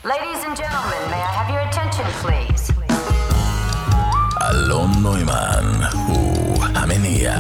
Ladies and gentlemen, may I have your attention, please? אלון נוימן הוא המניע.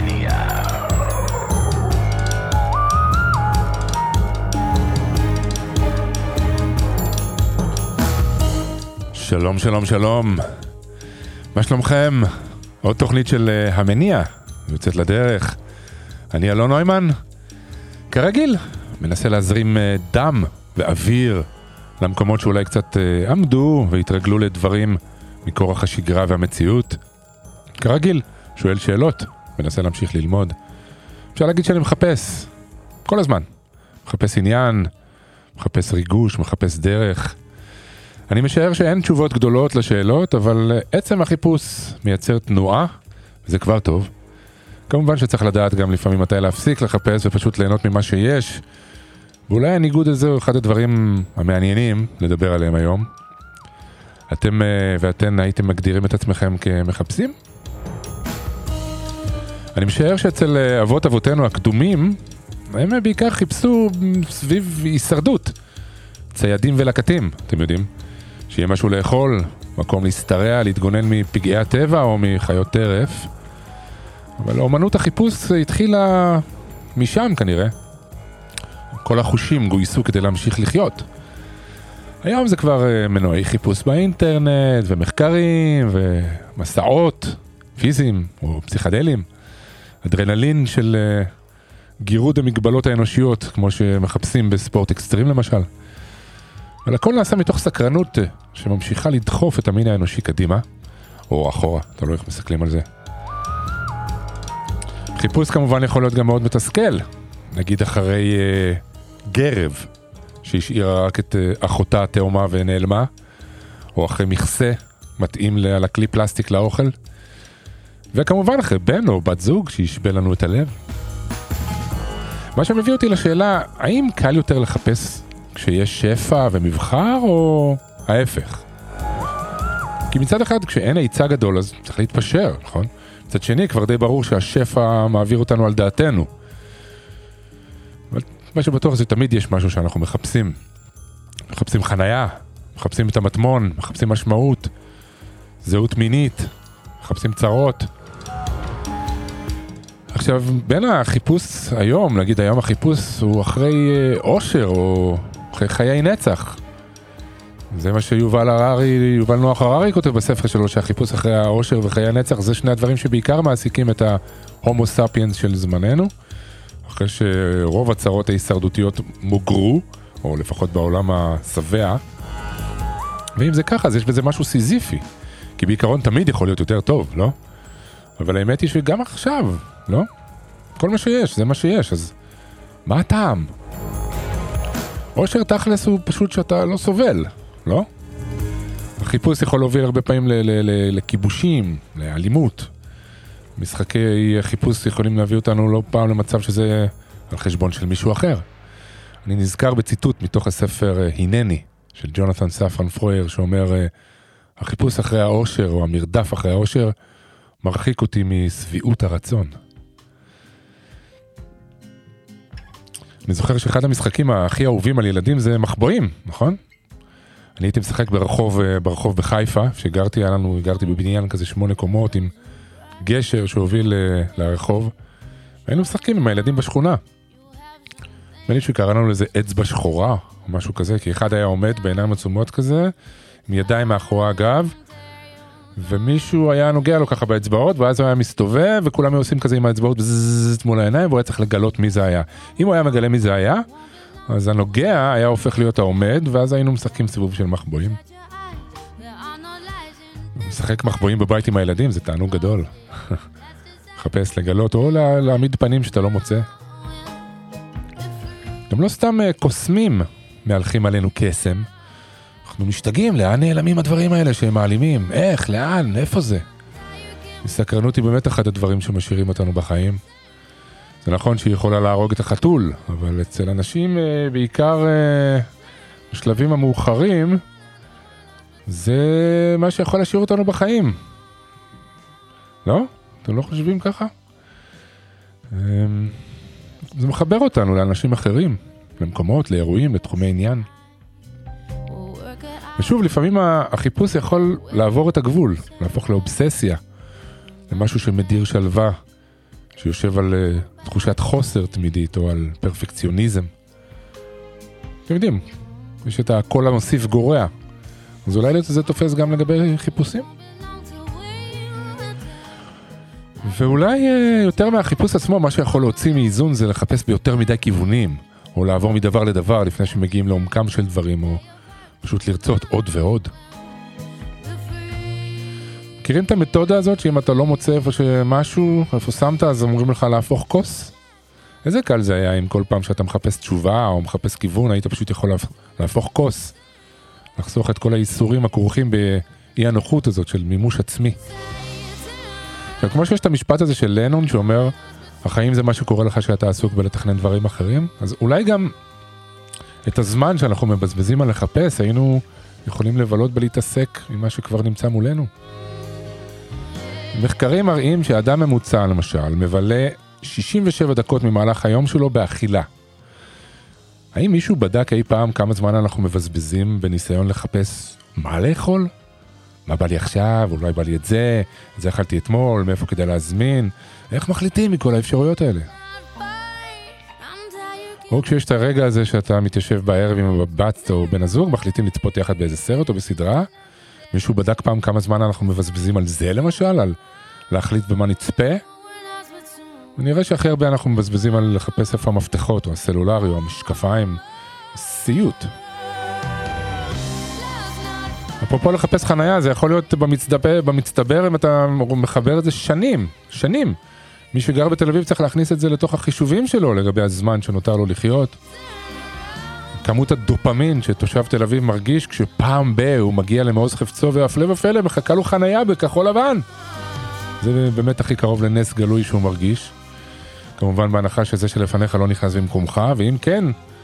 שלום, שלום, שלום. מה שלומכם? עוד תוכנית של המניע, יוצאת לדרך. אני אלון נוימן. כרגיל, מנסה להזרים דם ואוויר למקומות שאולי קצת עמדו והתרגלו לדברים מכורח השגרה והמציאות. כרגיל, שואל שאלות, מנסה להמשיך ללמוד. אפשר להגיד שאני מחפש, כל הזמן. מחפש עניין, מחפש ריגוש, מחפש דרך. אני משער שאין תשובות גדולות לשאלות, אבל עצם החיפוש מייצר תנועה, וזה כבר טוב. כמובן שצריך לדעת גם לפעמים מתי להפסיק לחפש ופשוט ליהנות ממה שיש. ואולי הניגוד הזה הוא אחד הדברים המעניינים לדבר עליהם היום. אתם ואתן הייתם מגדירים את עצמכם כמחפשים? אני משער שאצל אבות אבותינו הקדומים, הם בעיקר חיפשו סביב הישרדות. ציידים ולקטים, אתם יודעים. שיהיה משהו לאכול, מקום להסתרע, להתגונן מפגעי הטבע או מחיות טרף. אבל אומנות החיפוש התחילה משם כנראה. כל החושים גויסו כדי להמשיך לחיות. היום זה כבר מנועי חיפוש באינטרנט, ומחקרים, ומסעות פיזיים או פסיכדליים. אדרנלין של גירוד המגבלות האנושיות, כמו שמחפשים בספורט אקסטרים למשל. אבל הכל נעשה מתוך סקרנות שממשיכה לדחוף את המין האנושי קדימה, או אחורה, תלוי איך מסתכלים על זה. חיפוש כמובן יכול להיות גם מאוד מתסכל, נגיד אחרי גרב שהשאירה רק את אחותה התאומה ונעלמה, או אחרי מכסה מתאים על הכלי פלסטיק לאוכל, וכמובן אחרי בן או בת זוג שישבל לנו את הלב. מה שמביא אותי לשאלה, האם קל יותר לחפש כשיש שפע ומבחר או ההפך? כי מצד אחד כשאין היצע גדול אז צריך להתפשר, נכון? מצד שני כבר די ברור שהשפע מעביר אותנו על דעתנו. אבל מה שבטוח זה תמיד יש משהו שאנחנו מחפשים. מחפשים חנייה, מחפשים את המטמון, מחפשים משמעות, זהות מינית, מחפשים צרות. עכשיו, בין החיפוש היום, נגיד היום החיפוש הוא אחרי אושר או אחרי חיי נצח. זה מה יובל נוח הררי כותב בספר שלו, שהחיפוש אחרי האושר וחיי הנצח זה שני הדברים שבעיקר מעסיקים את ההומו ספיאנס של זמננו. אחרי שרוב הצרות ההישרדותיות מוגרו, או לפחות בעולם השבע. ואם זה ככה, אז יש בזה משהו סיזיפי. כי בעיקרון תמיד יכול להיות יותר טוב, לא? אבל האמת היא שגם עכשיו, לא? כל מה שיש, זה מה שיש, אז מה הטעם? אושר תכלס הוא פשוט שאתה לא סובל, לא? החיפוש יכול להוביל הרבה פעמים לכיבושים, לאלימות. משחקי חיפוש יכולים להביא אותנו לא פעם למצב שזה על חשבון של מישהו אחר. אני נזכר בציטוט מתוך הספר הינני של ג'ונתן ספרן פרויר שאומר, החיפוש אחרי האושר או המרדף אחרי האושר מרחיק אותי מסביעות הרצון. אני זוכר שאחד המשחקים הכי אהובים על ילדים זה מחבואים, נכון? אני הייתי משחק ברחוב בחיפה, שגרתי בבניין כזה 8 קומות עם גשר שהוביל לרחוב, והיינו משחקים עם הילדים בשכונה. ואני שקראנו לזה אצבע שחורה, או משהו כזה, כי אחד היה עומד בעיניים עצומות כזה, עם ידיים מאחורי הגב, ומישהו היה נוגע לו ככה באצבעות, ואז הוא היה מסתובב, וכולם היו עושים כזה עם האצבעות בזזזז מול העיניים, והוא היה צריך לגלות מי זה היה. אם הוא היה מגלה מי זה היה, אז הנוגע היה הופך להיות העומד, ואז היינו משחקים סיבוב של מחבואים. משחק מחבואים בבית עם הילדים, זה תענוג גדול. לחפש, לגלות, או להעמיד פנים שאתה לא מוצא. גם לא סתם קוסמים מהלכים עלינו קסם. אנחנו משתגעים, לאן נעלמים הדברים האלה שהם מעלימים? איך, לאן, איפה זה? הסקרנות היא באמת אחד הדברים שמשאירים אותנו בחיים. זה נכון שהיא יכולה להרוג את החתול, אבל אצל אנשים בעיקר בשלבים המאוחרים, זה מה שיכול להשאיר אותנו בחיים. לא? אתם לא חושבים ככה? זה מחבר אותנו לאנשים אחרים, למקומות, לאירועים, לתחומי עניין. ושוב, לפעמים החיפוש יכול לעבור את הגבול, להפוך לאובססיה, למשהו שמדיר שלווה, שיושב על תחושת חוסר תמידית או על פרפקציוניזם. אתם יודעים, יש את הקול המוסיף גורע, אז אולי זה תופס גם לגבי חיפושים? ואולי יותר מהחיפוש עצמו, מה שיכול להוציא מאיזון זה לחפש ביותר מדי כיוונים, או לעבור מדבר לדבר לפני שמגיעים לעומקם של דברים, או פשוט לרצות עוד ועוד. מכירים את המתודה הזאת שאם אתה לא מוצא איפה שמשהו, איפה שמת, אז אומרים לך להפוך כוס? איזה קל זה היה אם כל פעם שאתה מחפש תשובה או מחפש כיוון, היית פשוט יכול להפוך כוס, לחסוך את כל האיסורים הכרוכים באי הנוחות הזאת של מימוש עצמי. עכשיו, כמו שיש את המשפט הזה של לנון שאומר, החיים זה מה שקורה לך שאתה עסוק בלתכנן דברים אחרים, אז אולי גם את הזמן שאנחנו מבזבזים על לחפש, היינו יכולים לבלות בלהתעסק עם מה שכבר נמצא מולנו. מחקרים מראים שאדם ממוצע, למשל, מבלה 67 דקות ממהלך היום שלו באכילה. האם מישהו בדק אי פעם כמה זמן אנחנו מבזבזים בניסיון לחפש מה לאכול? מה בא לי עכשיו? אולי בא לי את זה אכלתי אתמול, מאיפה כדאי להזמין? איך מחליטים מכל האפשרויות האלה? או כשיש את הרגע הזה שאתה מתיישב בערב עם הבת או בן הזוג, מחליטים לצפות יחד באיזה סרט או בסדרה, מישהו בדק פעם כמה זמן אנחנו מבזבזים על זה למשל, על להחליט במה נצפה? ונראה שהכי הרבה אנחנו מבזבזים על לחפש איפה המפתחות או הסלולרי או המשקפיים, סיוט. אפרופו לחפש חנייה, זה יכול להיות במצטבר אם אתה מחבר את זה שנים. מי שגר בתל אביב צריך להכניס את זה לתוך החישובים שלו לגבי הזמן שנותר לו לחיות. כמות הדופמין שתושב תל אביב מרגיש כשפעם הוא מגיע למעוז חפצו והפלא ופלא מחכה לו חנייה בכחול לבן. זה באמת הכי קרוב לנס גלוי שהוא מרגיש. כמובן בהנחה שזה שלפניך לא נכנס במקומך, ואם כן,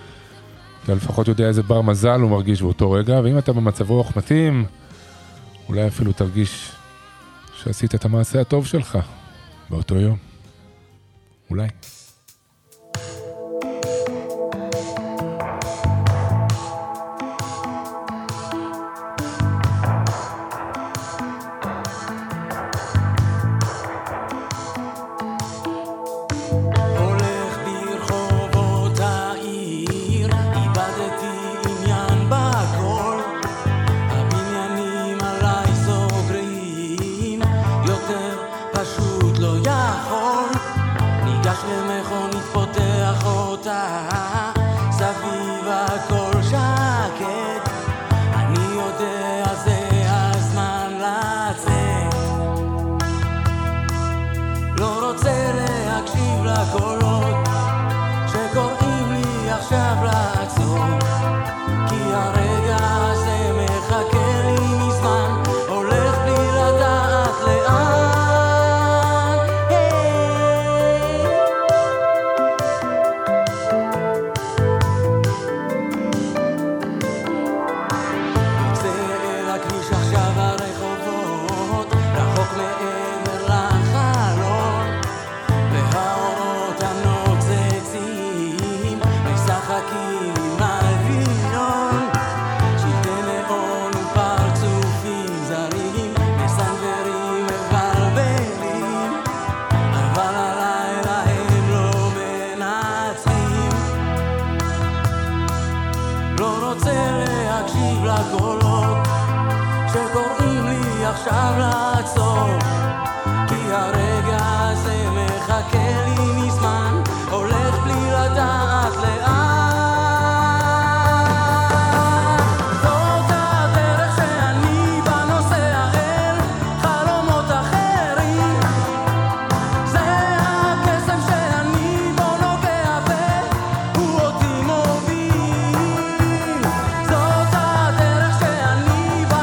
אתה לפחות יודע איזה בר מזל הוא מרגיש באותו רגע, ואם אתה במצב רוח מתאים, אולי אפילו תרגיש שעשית את המעשה הטוב שלך באותו יום. אולי.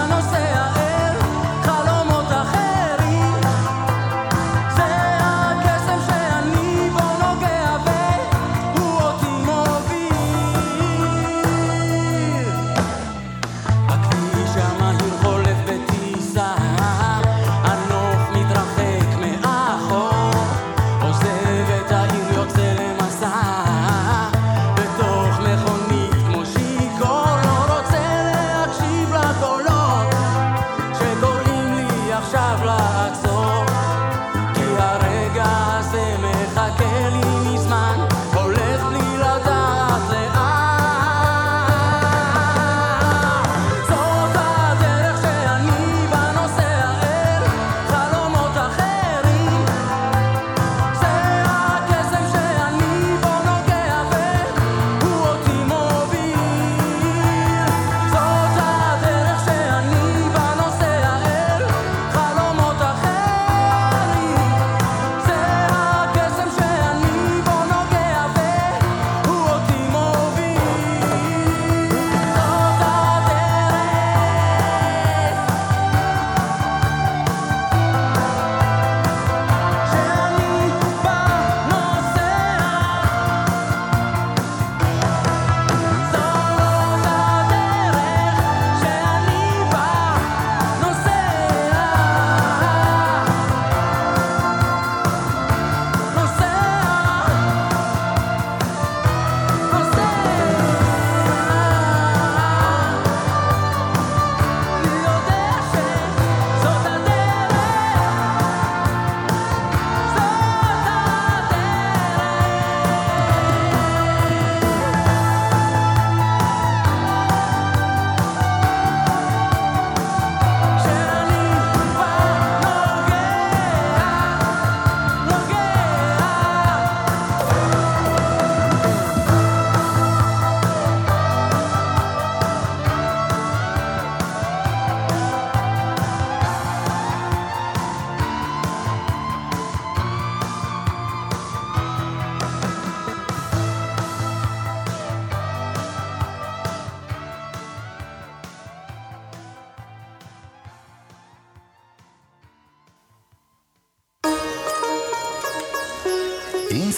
זה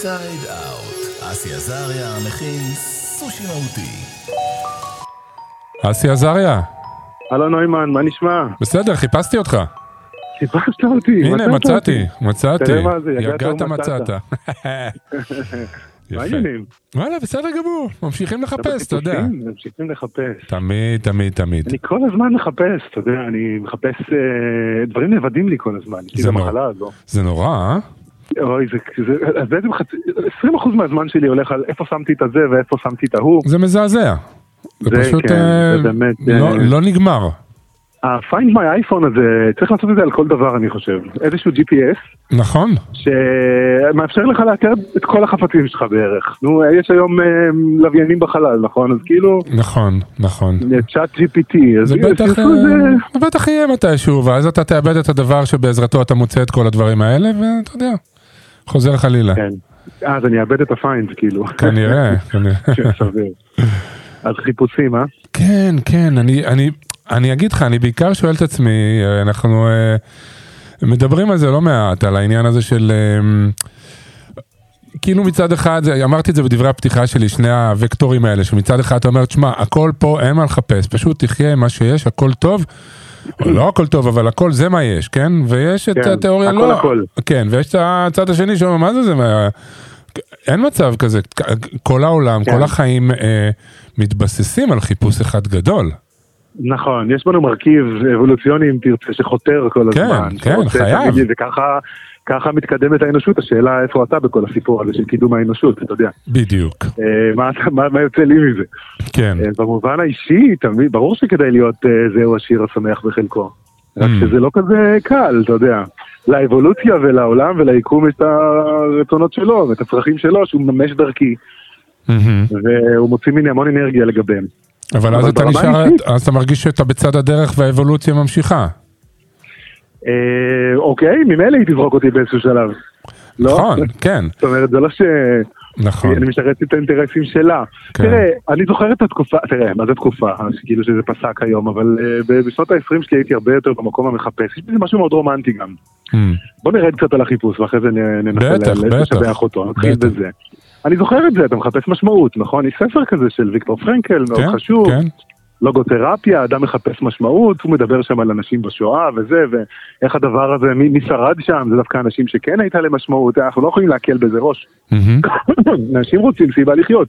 אינסייד אאוט. אסי עזריה מכין סושי מהותי. אסי עזריה. הלו נוימן, מה נשמע? בסדר, חיפשתי אותך. חיפשת אותי. הנה, מצאתי. תראה מה זה, יגעת מצאת. מה העניינים? וואלה, בסדר גמור, ממשיכים לחפש, אתה יודע. ממשיכים לחפש. תמיד. אני כל הזמן מחפש, אתה יודע, אני מחפש, דברים נאבדים לי כל הזמן. זה נורא, אה? אוי, אז בעצם 20% מהזמן שלי הולך על איפה שמתי את הזה ואיפה שמתי את ההוא. זה מזעזע. זה פשוט לא נגמר. ה-Find My iPhone הזה, צריך לעשות את זה על כל דבר, אני חושב. איזשהו GPS. נכון. שמאפשר לך לאתר את כל החפצים שלך בערך. נו, יש היום לוויינים בחלל, נכון? אז כאילו... נכון. צ'אט GPT. זה בטח יהיה מתישהו, ואז אתה תאבד את הדבר שבעזרתו אתה מוצא את כל הדברים האלה, ואתה יודע, חוזר חלילה. כן. אז אני אאבד את הפיינד, כאילו. כנראה. אז חיפושים, אה? כן, אני אגיד לך, אני בעיקר שואל את עצמי, אנחנו מדברים על זה לא מעט, על העניין הזה של, כאילו מצד אחד, אמרתי את זה בדברי הפתיחה שלי, שני הוקטורים האלה, שמצד אחד אתה אומר, תשמע, הכל פה אין מה לחפש, פשוט תחיה מה שיש, הכל טוב, או לא הכל טוב, אבל הכל זה מה יש, כן? ויש את התיאוריה לא. הכל. כן, ויש את הצד השני שאומר, מה זה? אין מצב כזה, כל העולם, כל החיים מתבססים על חיפוש אחד גדול. נכון, יש בנו מרכיב אבולוציוני, אם תרצה, שחותר כל הזמן. כן, חייב. וככה מתקדמת האנושות, השאלה איפה אתה בכל הסיפור הזה של קידום האנושות, אתה יודע. בדיוק. מה יוצא לי מזה? כן. במובן האישי, תמיד, ברור שכדאי להיות זהו השיר השמח בחלקו. רק שזה לא כזה קל, אתה יודע. לאבולוציה ולעולם וליקום יש את הרצונות שלו ואת הצרכים שלו, שהוא ממש דרכי. והוא מוציא מיני המון אנרגיה לגביהם. אבל אז אתה נשאר, אז אתה מרגיש שאתה בצד הדרך והאבולוציה ממשיכה. אוקיי, ממילא היא תזרוק אותי באיזשהו שלב. נכון, כן. זאת אומרת, זה לא ש... נכון. אני משרת את האינטרסים שלה. תראה, אני זוכר את התקופה, תראה, מה זה תקופה? כאילו שזה פסק היום, אבל בשנות ה-20 שלי הייתי הרבה יותר במקום המחפש. יש בזה משהו מאוד רומנטי גם. בוא נרד קצת על החיפוש, ואחרי זה ננסה לשבח אותו. נתחיל בזה. אני זוכר את זה, אתה מחפש משמעות, נכון? יש ספר כזה של ויקטור פרנקל, מאוד חשוב. לוגותרפיה, אדם מחפש משמעות, הוא מדבר שם על אנשים בשואה וזה, ואיך הדבר הזה, מי שרד שם, זה דווקא אנשים שכן הייתה להם משמעות, אנחנו לא יכולים להקל בזה ראש. אנשים רוצים סיבה לחיות.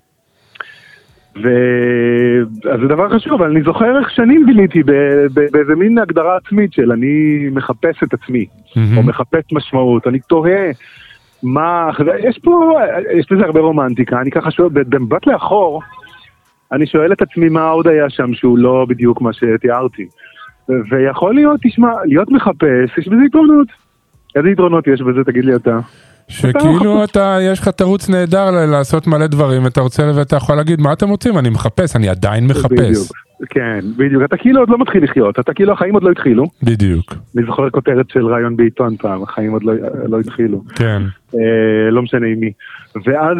אז זה דבר חשוב, אבל אני זוכר איך שנים ביליתי באיזה מין הגדרה עצמית של אני מחפש את עצמי, או מחפש משמעות, אני תוהה מה, יש בזה הרבה רומנטיקה, אני ככה שואל, במבט לאחור, אני שואל את עצמי מה עוד היה שם שהוא לא בדיוק מה שתיארתי. ויכול להיות, תשמע, להיות מחפש, יש בזה יתרונות. איזה יתרונות יש בזה, תגיד לי אתה. שכאילו יש לך תירוץ נהדר לעשות מלא דברים, ואתה רוצה ואתה יכול להגיד, מה אתם רוצים? אני מחפש, אני עדיין מחפש. בדיוק, כן, בדיוק. אתה כאילו עוד לא מתחיל לחיות, אתה כאילו החיים עוד לא התחילו. בדיוק. אני זוכר כותרת של רעיון בעיתון פעם, החיים עוד לא התחילו. כן. לא משנה עם מי. ואז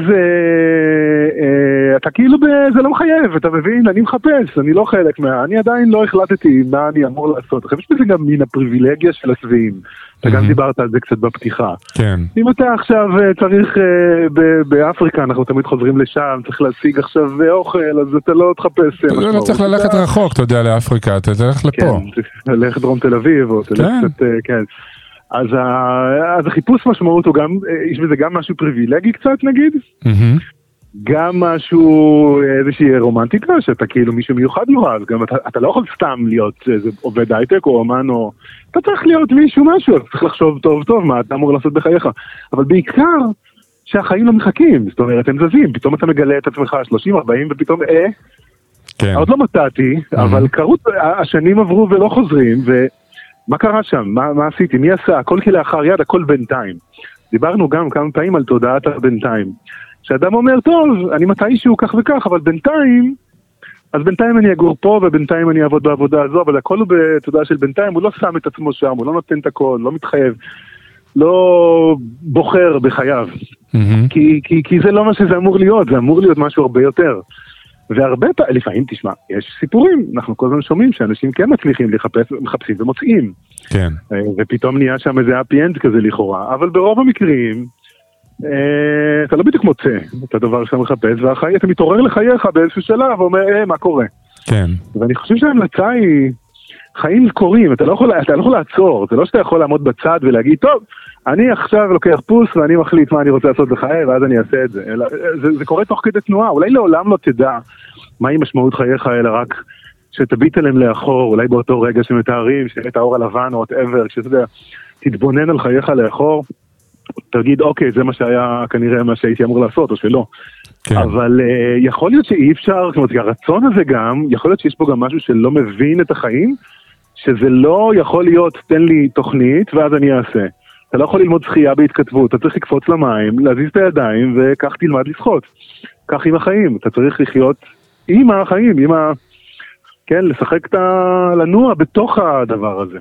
אתה כאילו, זה לא מחייב, אתה מבין, אני מחפש, אני לא חלק אני עדיין לא החלטתי מה אני אמור לעשות. אני חושב שזה גם מן הפריבילגיה של השביעים. אתה גם דיברת על זה קצת בפתיחה. כן. אם אתה עכשיו צריך, באפריקה אנחנו תמיד חוזרים לשם, צריך להשיג עכשיו אוכל, אז אתה לא תחפש משמעות. אתה לא צריך ללכת רחוק, אתה יודע, לאפריקה, אתה תלך לפה. כן, ללכת דרום תל אביב, או תלך קצת, כן. אז החיפוש משמעות הוא גם, יש בזה גם משהו פריבילגי קצת נגיד, גם משהו, איזושהי רומנטיקה, שאתה כאילו מישהו מיוחד נורא, אז גם אתה לא יכול סתם להיות עובד הייטק או אומן, או אתה צריך להיות משהו, אתה צריך לחשוב טוב מה אתה אמור לעשות בחייך, אבל בעיקר שהחיים לא מחכים, זאת אומרת הם זזים, פתאום אתה מגלה את עצמך 30-40 ופתאום עוד לא מצאתי, אבל השנים עברו ולא חוזרים, מה קרה שם? מה עשיתי? מי עשה? הכל כלאחר יד, הכל בינתיים. דיברנו גם כמה פעמים על תודעת הבינתיים. שאדם אומר, טוב, אני מתישהו כך וכך, אבל בינתיים, אז בינתיים אני אגור פה, ובינתיים אני אעבוד בעבודה הזו, אבל הכל הוא בתודעה של בינתיים, הוא לא שם את עצמו שם, הוא לא נותן את הכל, לא מתחייב, לא בוחר בחייו. כי זה לא מה שזה אמור להיות, זה אמור להיות משהו הרבה יותר. והרבה לפעמים, תשמע, יש סיפורים, אנחנו כל הזמן שומעים שאנשים כן מצליחים מחפשים ומוצאים. כן. ופתאום נהיה שם איזה happy end כזה לכאורה, אבל ברוב המקרים, אתה לא בדיוק מוצא את הדבר שאתה מחפש, ואתה מתעורר לחייך באיזשהו שלב ואומר, מה קורה? כן. ואני חושב שההמלצה היא, חיים קורים, אתה לא יכול לעצור, זה לא שאתה יכול לעמוד בצד ולהגיד, טוב, אני עכשיו לוקח פוס ואני מחליט מה אני רוצה לעשות בחיי, ואז אני אעשה את זה. זה קורה תוך כדי תנועה, אולי לעולם לא תדע מהי משמעות חייך, אלא רק שתביט אליהם לאחור, אולי באותו רגע שמתארים, שאת האור הלבן או whatever, כשאתה יודע, תתבונן על חייך לאחור, תגיד, אוקיי, זה מה שהיה כנראה מה שהייתי אמור לעשות, או שלא. כן. אבל יכול להיות שאי אפשר, זאת אומרת, הרצון הזה גם, יכול להיות שיש פה גם משהו שלא מבין את החיים, שזה לא יכול להיות, תן לי תוכנית, ואז אני אעשה. אתה לא יכול ללמוד שחייה בהתכתבות, אתה צריך לקפוץ למים, להזיז את הידיים, וכך תלמד לשחות. כך עם החיים, אתה צריך לחיות עם החיים, כן, לשחק לנוע בתוך הדבר הזה.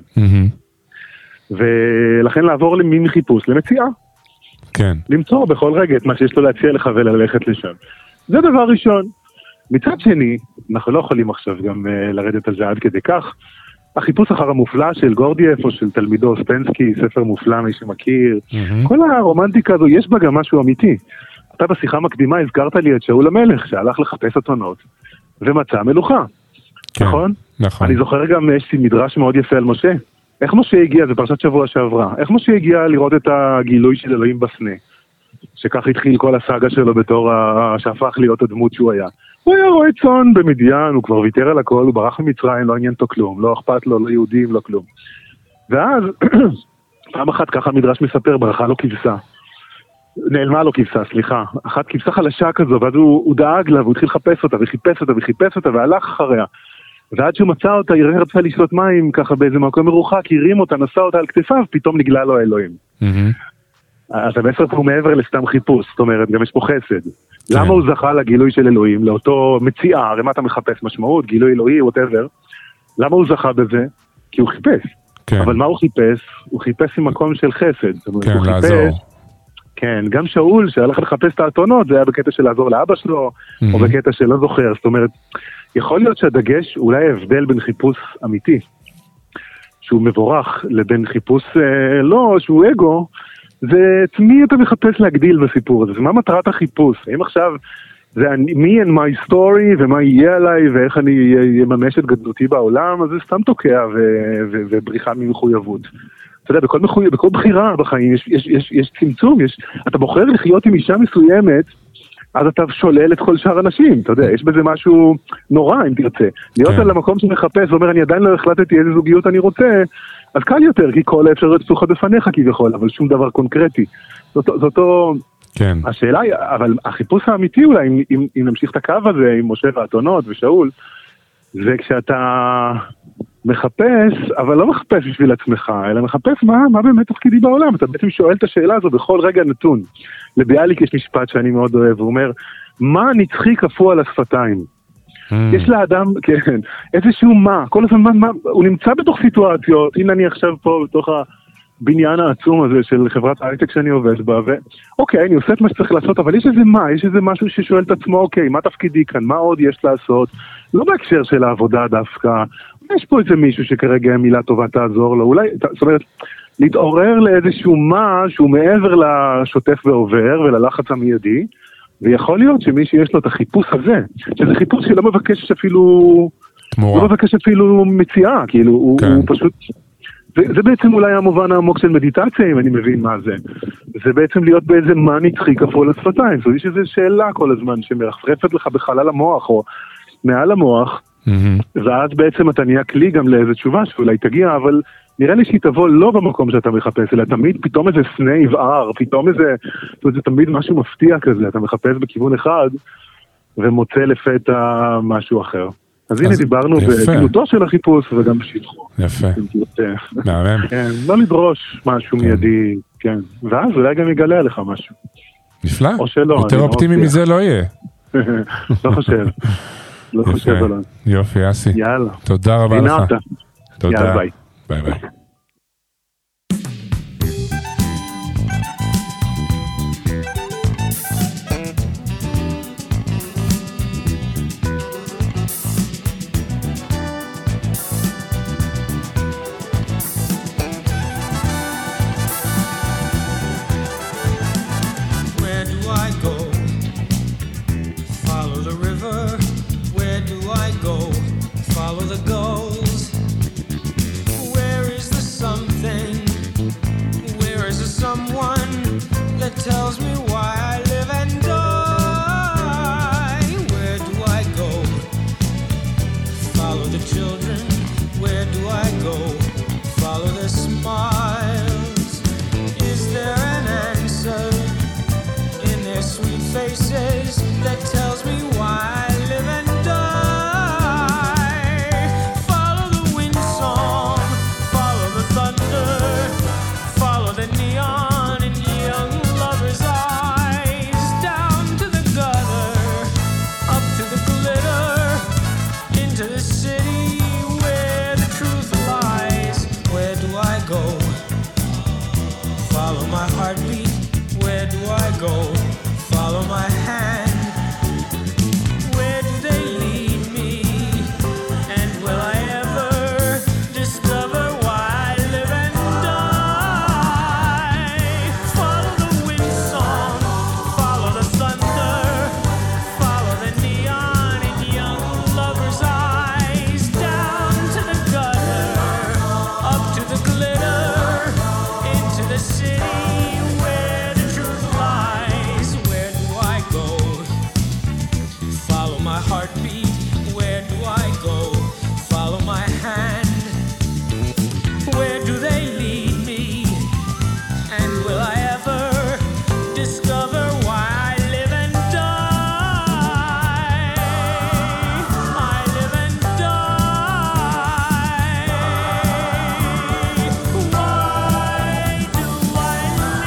ולכן לעבור למין חיפוש, למציאה. כן. למצוא בכל רגע את מה שיש לו להציע לך וללכת לשם. זה דבר ראשון. מצד שני, אנחנו לא יכולים עכשיו גם לרדת על זה עד כדי כך. החיפוש אחר המופלא של גורדייף או של תלמידו ספנסקי, ספר מופלא מי שמכיר, כל הרומנטיקה הזו, יש בה גם משהו אמיתי. אתה בשיחה מקדימה הזכרת לי את שאול המלך, שהלך לחפש אתונות, ומצא מלוכה. כן, נכון? נכון. אני זוכר גם, יש לי מדרש מאוד יפה על משה. איך משה הגיע, זה פרשת שבוע שעברה, איך משה הגיע לראות את הגילוי של אלוהים בסנה? שכך התחיל כל הסאגה שלו בתור שהפך להיות הדמות שהוא היה. הוא היה רועה צאן במדיין, הוא כבר ויתר על הכל, הוא ברח ממצרים, לא עניין אותו כלום, לא אכפת לו, לא יהודים, לא כלום. ואז, פעם אחת ככה המדרש מספר, ברכה לו כבשה. נעלמה לו כבשה, סליחה. אחת כבשה חלשה כזו, ואז הוא דאג לה, והוא התחיל לחפש אותה, וחיפש אותה, וחיפש אותה, והלך אחריה. ועד שהוא מצא אותה, היא רצה לשתות מים, ככה באיזה מקום מרוחק, הרים אותה, נשא אותה על כתפיו, פתאום נגלה לו האלוהים. אז המסר פה הוא מעבר לסתם חיפוש, זאת אומרת, גם יש פה חסד. למה הוא זכה לגילוי של אלוהים, לאותו מציאה, הרי מה אתה מחפש משמעות, גילוי אלוהי, whatever. למה הוא זכה בזה? כי הוא חיפש. אבל מה הוא חיפש? הוא חיפש עם מקום של חסד. כן, לעזור. כן, גם שאול, שהלך לחפש את האתונות, זה היה בקטע של לעזור לאבא שלו, או בקטע של לא זוכר. זאת אומרת, יכול להיות שהדגש, אולי ההבדל בין חיפוש אמיתי, שהוא מבורך, לבין חיפוש לא, שהוא אגו, זה את מי אתה מחפש להגדיל בסיפור הזה, ומה מטרת החיפוש? האם עכשיו זה me and my story, ומה יהיה עליי, ואיך אני אממש את גדלותי בעולם, אז זה סתם תוקע ובריחה ממחויבות. אתה יודע, בכל בחירה בחיים יש צמצום, אתה בוחר לחיות עם אישה מסוימת, אז אתה שולל את כל שאר אנשים, אתה יודע, יש בזה משהו נורא אם תרצה. להיות על המקום שמחפש ואומר, אני עדיין לא החלטתי איזה זוגיות אני רוצה, אז קל יותר, כי כל האפשרויות פתוחות בפניך כביכול, אבל שום דבר קונקרטי. זאת אותו... כן. השאלה היא, אבל החיפוש האמיתי אולי, אם נמשיך את הקו הזה עם משה והאתונות ושאול, זה כשאתה מחפש, אבל לא מחפש בשביל עצמך, אלא מחפש מה באמת תפקידי בעולם. אתה בעצם שואל את השאלה הזו בכל רגע נתון. לביאליק יש משפט שאני מאוד אוהב, הוא אומר, מה נצחי קפוא על השפתיים? יש לאדם, כן, איזשהו מה, כל הזמן מה, הוא נמצא בתוך סיטואציות, הנה אני עכשיו פה בתוך הבניין העצום הזה של חברת הייטק שאני עובד בה, ואוקיי, אני עושה את מה שצריך לעשות, אבל יש איזה מה, יש איזה משהו ששואל את עצמו, אוקיי, מה תפקידי כאן, מה עוד יש לעשות, לא בהקשר של העבודה דווקא, יש פה איזה מישהו שכרגע מילה טובה תעזור לו, אולי, זאת אומרת, להתעורר לאיזשהו מה שהוא מעבר לשוטף ועובר וללחץ המיידי, ויכול להיות שמי שיש לו את החיפוש הזה, שזה חיפוש שלא מבקש אפילו, תמורה. לא מבקש אפילו מציאה, כאילו, כן. הוא פשוט, זה בעצם אולי המובן העמוק של מדיטציה, אם אני מבין מה זה. זה בעצם להיות באיזה מה נצחי כפול לשפתיים, זאת אומרת, יש איזו שאלה כל הזמן שמרחפת לך בחלל המוח, או מעל המוח, ואז בעצם אתה נהיה כלי גם לאיזו תשובה שאולי תגיע, אבל נראה לי שהיא תבוא לא במקום שאתה מחפש, אלא תמיד פתאום איזה סנה יבער, פתאום איזה, זאת אומרת, זה תמיד משהו מפתיע כזה, אתה מחפש בכיוון אחד, ומוצא לפתע משהו אחר. אז הנה דיברנו בגלותו של החיפוש, וגם בשטחו. יפה. מהמם. כן, לא לדרוש משהו מיידי, כן. ואז אולי גם יגלה עליך משהו. נפלא. או שלא. יותר אופטימי מזה לא יהיה. לא חושב. לא חושב עליו. יופי, אסי. יאללה. תודה רבה לך. תודה. יאללה, ביי. ביי ביי. follow the goals. Where is the something? Where is the someone that tells me why I live and die? Where do I go? Follow the children. Where do I go? Follow their smiles. Is there an answer in their sweet faces that tells me why I live and die? Follow the wind song, follow the thunder, follow the neon in young lovers' eyes, down to the gutter, up to the glitter, into the city where the truth lies. Where do I go? Follow my heartbeat. Where do I go? Follow my hand. Where do they lead me? And will I ever discover why I live and die? Follow the wind song, follow the thunder, follow the neon in young lovers' eyes, down to the gutter, up to the glitter, into the city where the truth lies. Where do I go? Follow my heartbeat. Where do I go? Follow my hand. Where do they lead me? And will I ever discover why I live and die? I live and die. Why do I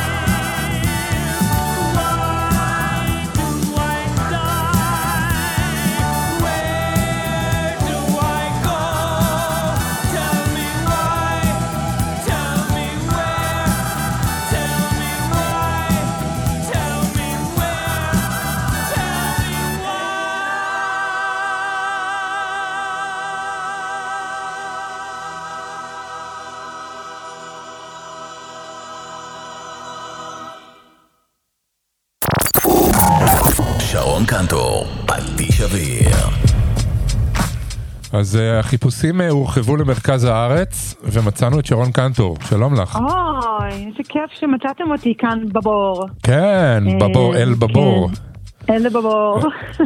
live? Why do I die? Where do I go? Tell me why. Tell me where. Tell me why. Tell me where. Tell me שרון קנטור, פטיש אוויר. אז החיפושים הורחבו למרכז הארץ, ומצאנו את שרון קנטור. שלום לך. אוי, איזה כיף שמצאתם אותי כאן בבור. כן, בבור, אל בבור. אל בבור.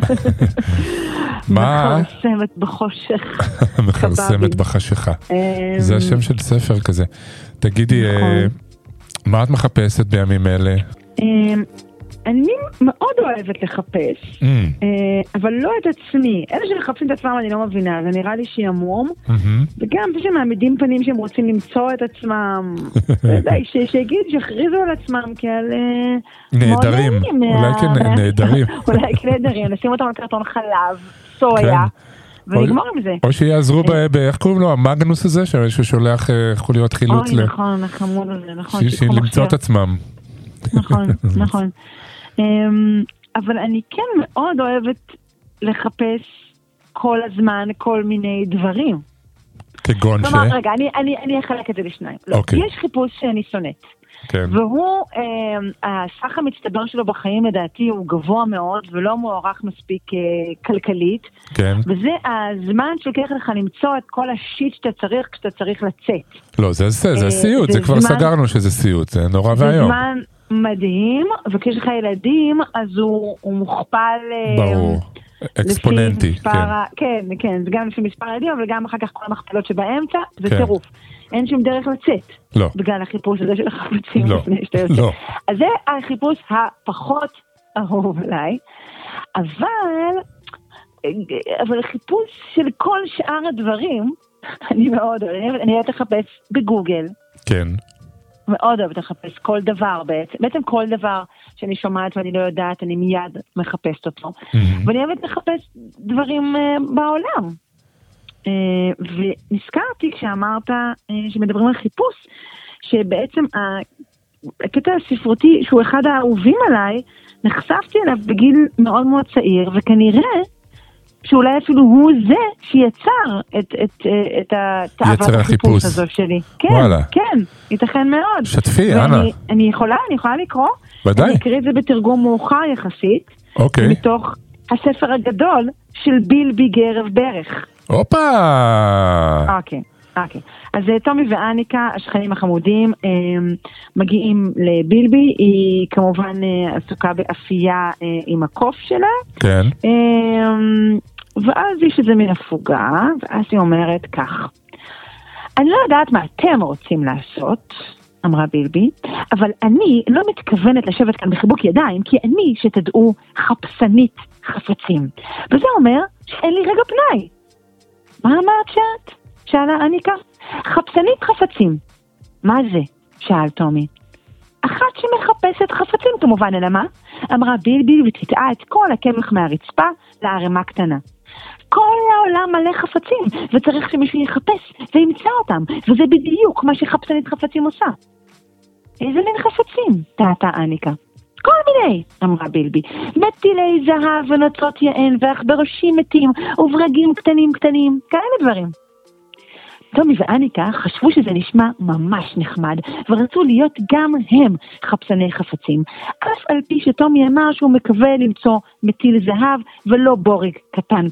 מה? מכרסמת בחושך. מכרסמת בחשיכה. זה השם של ספר כזה. תגידי, מה את מחפשת בימים אלה? אני מאוד אוהבת לחפש, אבל לא את עצמי. אלה שמחפשים את עצמם אני לא מבינה, זה נראה לי שימום, וגם זה שמעמידים פנים שהם רוצים למצוא את עצמם, שיכריזו על עצמם כעל נהדרים, אולי כן נהדרים. אולי כן נהדרים, נשים אותם על קרטון חלב, סויה, ונגמור עם זה. או שיעזרו איך קוראים לו, המאגנוס הזה, ששולח חוליות חילוץ. אוי, נכון, החמוד הזה, נכון. למצוא את עצמם. נכון, נכון. אבל אני כן מאוד אוהבת לחפש כל הזמן כל מיני דברים. כגון כלומר, רגע, אני אחלק את זה לשניים. יש חיפוש שאני שונאת. והוא, הסך המצטבר שלו בחיים לדעתי הוא גבוה מאוד ולא מוערך מספיק כלכלית. וזה הזמן שלוקח לך למצוא את כל השיט שאתה צריך כשאתה צריך לצאת. לא, זה סיוט, זה כבר סגרנו שזה סיוט, זה נורא והיום. זה זמן מדהים, וכש לך ילדים אז הוא מוכפל... ברור. אקספוננטי, כן, זה גם לפי מספר ילדים, אבל גם אחר כך כל המכפלות שבאמצע, זה טירוף. אין שום דרך לצאת. לא. בגלל החיפוש הזה של החפצים לפני שאתה יוצא. לא. אז זה החיפוש הפחות אהוב עליי, אבל החיפוש של כל שאר הדברים, אני מאוד אוהבת, אני אוהבת לחפש בגוגל. כן. מאוד אוהבת לחפש כל דבר בעצם כל דבר שאני שומעת ואני לא יודעת, אני מיד מחפשת אותו. ואני אוהבת לחפש דברים בעולם. ונזכרתי כשאמרת שמדברים על חיפוש, שבעצם הקטע הספרותי שהוא אחד האהובים עליי, נחשפתי אליו בגיל מאוד מאוד צעיר, וכנראה שאולי אפילו הוא זה שיצר את תאוות החיפוש הזו שלי. כן, כן, ייתכן מאוד. שתפי, אנה. אני יכולה לקרוא. ודאי. אני אקריא את זה בתרגום מאוחר יחסית. אוקיי. מתוך הספר הגדול של בילבי גרב ברך. הופה! אוקיי. אז טומי ואניקה, השכנים החמודים, מגיעים לבילבי, היא כמובן עסוקה באפייה עם הקוף שלה. כן. ואז יש איזה מין הפוגה, ואז היא אומרת כך, אני לא יודעת מה אתם רוצים לעשות, אמרה בילבי, אבל אני לא מתכוונת לשבת כאן בחיבוק ידיים, כי אני, שתדעו, חפשנית חפצים. וזה אומר שאין לי רגע פנאי. מה אמרת שאת? שאלה אניקה. חפשנית חפצים. מה זה? שאל טומי. אחת שמחפשת חפצים כמובן, אלא מה? אמרה בילבי ותטעה את כל הקמח מהרצפה לערימה קטנה. כל העולם מלא חפצים, וצריך שמישהו יחפש וימצא אותם, וזה בדיוק מה שחפשנית חפצים עושה. איזה מין חפצים? טעתה אניקה. כל מיני, אמרה בילבי, מטילי זהב ונוצות יען ועכברושים מתים וברגים קטנים, כאלה דברים. טומי ואניקה חשבו שזה נשמע ממש נחמד, ורצו להיות גם הם חפשני חפצים, אף על פי שטומי אמר שהוא מקווה למצוא מטיל זהב ולא בורג קטן.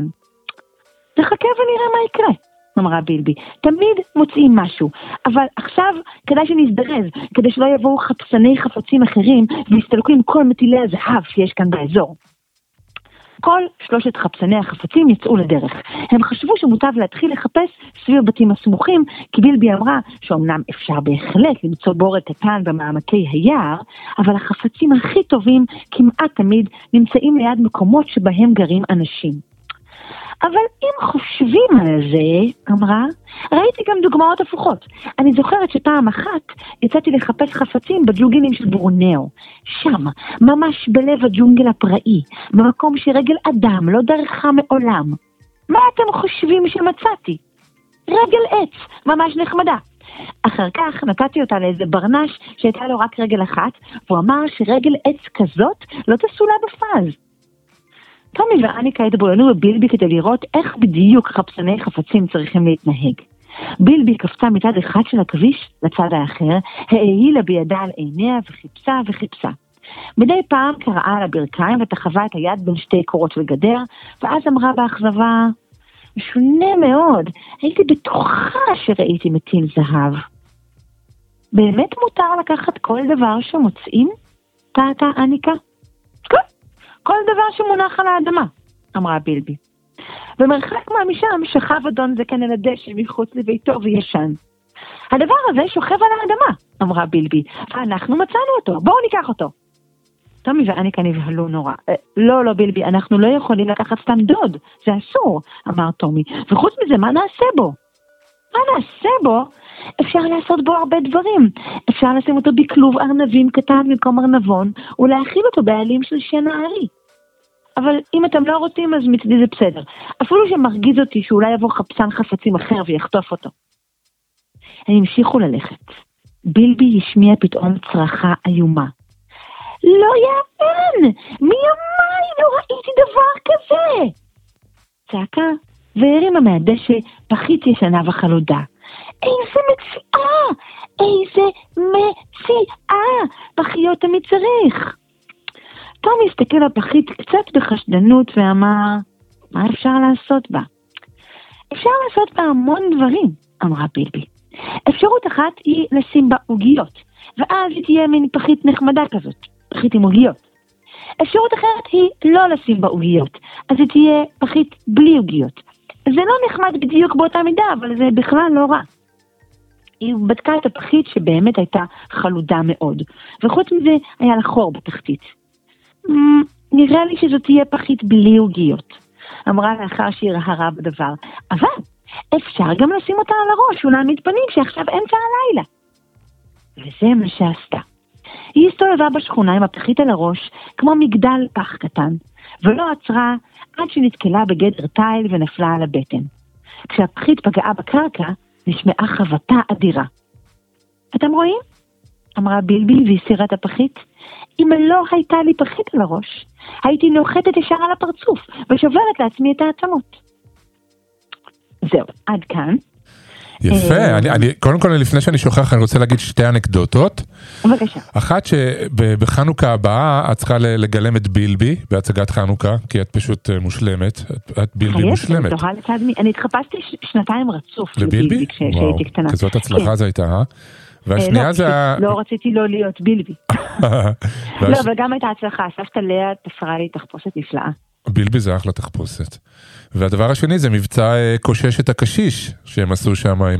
תחכה ונראה מה יקרה, אמרה בילבי, תמיד מוצאים משהו, אבל עכשיו כדאי שנזדרז, כדי שלא יבואו חפשני חפצים אחרים ויסתלקו עם כל מטילי הזהב שיש כאן באזור. כל שלושת חפשני החפצים יצאו לדרך. הם חשבו שמוטב להתחיל לחפש סביב בתים הסמוכים, כי בילבי אמרה שאומנם אפשר בהחלט למצוא בורג קטן במעמקי היער, אבל החפצים הכי טובים כמעט תמיד נמצאים ליד מקומות שבהם גרים אנשים. אבל אם חושבים על זה, אמרה, ראיתי גם דוגמאות הפוכות. אני זוכרת שפעם אחת יצאתי לחפש חפצים בג'ונגלים של בורנאו. שם, ממש בלב הג'ונגל הפראי, במקום שרגל אדם לא דרכה מעולם. מה אתם חושבים שמצאתי? רגל עץ, ממש נחמדה. אחר כך נתתי אותה לאיזה ברנש שהייתה לו רק רגל אחת, והוא אמר שרגל עץ כזאת לא תסולה בפאז. טומי ואניקה התבוננו בבילבי כדי לראות איך בדיוק חפשני חפצים צריכים להתנהג. בילבי קפצה מצד אחד של הכביש לצד האחר, העילה בידה על עיניה וחיפשה. מדי פעם קראה על הברכיים ותחווה את היד בין שתי קורות של גדר, ואז אמרה באכזבה, משונה מאוד, הייתי בטוחה שראיתי מטיל זהב. באמת מותר לקחת כל דבר שמוצאים? טעתה אניקה. כל דבר שמונח על האדמה, אמרה בילבי. במרחק מהמשם שכב אדון זקן על הדשא מחוץ לביתו וישן. הדבר הזה שוכב על האדמה, אמרה בילבי, ואנחנו מצאנו אותו, בואו ניקח אותו. טומי ואניקה נבהלו נורא. לא בילבי, אנחנו לא יכולים לקחת סתם דוד, זה אסור, אמר טומי. וחוץ מזה, מה נעשה בו? מה נעשה בו? אפשר לעשות בו הרבה דברים. אפשר לשים אותו בכלוב ארנבים קטן במקום ארנבון, ולהאכיל אותו בעלים של שן הארי. אבל אם אתם לא רוצים, אז מצדי זה בסדר. אפילו שמרגיז אותי שאולי יבוא חפשן חפצים אחר ויחטוף אותו. הם המשיכו ללכת. בילבי השמיע פתאום צרחה איומה. לא יאמן! מימיי לא ראיתי דבר כזה! צעקה והרימה מהדשא פחית ישנה וחלודה. איזה מציאה! פחיות תמיד צריך! טומי הסתכל על פחית קצת בחשדנות ואמר, מה אפשר לעשות בה? אפשר לעשות בה המון דברים, אמרה בילבי. אפשרות אחת היא לשים בה עוגיות, ואז היא תהיה מין פחית נחמדה כזאת, פחית עם עוגיות. אפשרות אחרת היא לא לשים בה עוגיות, אז היא תהיה פחית בלי עוגיות. זה לא נחמד בדיוק באותה מידה, אבל זה בכלל לא רע. היא בדקה את הפחית שבאמת הייתה חלודה מאוד, וחוץ מזה היה לה חור בתחתית. נראה לי שזאת תהיה פחית בלי עוגיות, אמרה לאחר שהיא הרהרה בדבר, אבל אפשר גם לשים אותה על הראש ולהעמיד פנים שעכשיו אמצע הלילה. וזה מה שעשתה. היא הסתובבה בשכונה עם הפחית על הראש כמו מגדל פח קטן, ולא עצרה עד שנתקלה בגדר תיל ונפלה על הבטן. כשהפחית פגעה בקרקע, נשמעה חבטה אדירה. אתם רואים? אמרה בילבי והסירה את הפחית. אם לא הייתה לי פחית על הראש, הייתי נוחתת ישר על הפרצוף ושוברת לעצמי את העצמות. זהו, עד כאן. יפה, קודם כל לפני שאני שוכח אני רוצה להגיד שתי אנקדוטות. בבקשה. אחת שבחנוכה הבאה את צריכה לגלם את בילבי בהצגת חנוכה, כי את פשוט מושלמת, את בילבי מושלמת. אני התחפשתי 2 רצוף לבילבי? כשהייתי קטנה. כזאת הצלחה זה הייתה, והשנייה זה... לא רציתי לא להיות בילבי. לא, אבל גם הייתה הצלחה, סבתא לאה תפרה לי תחפושת נפלאה. בילבי זה אחלה תחפושת. והדבר השני זה מבצע קושש את הקשיש, שהם עשו שם עם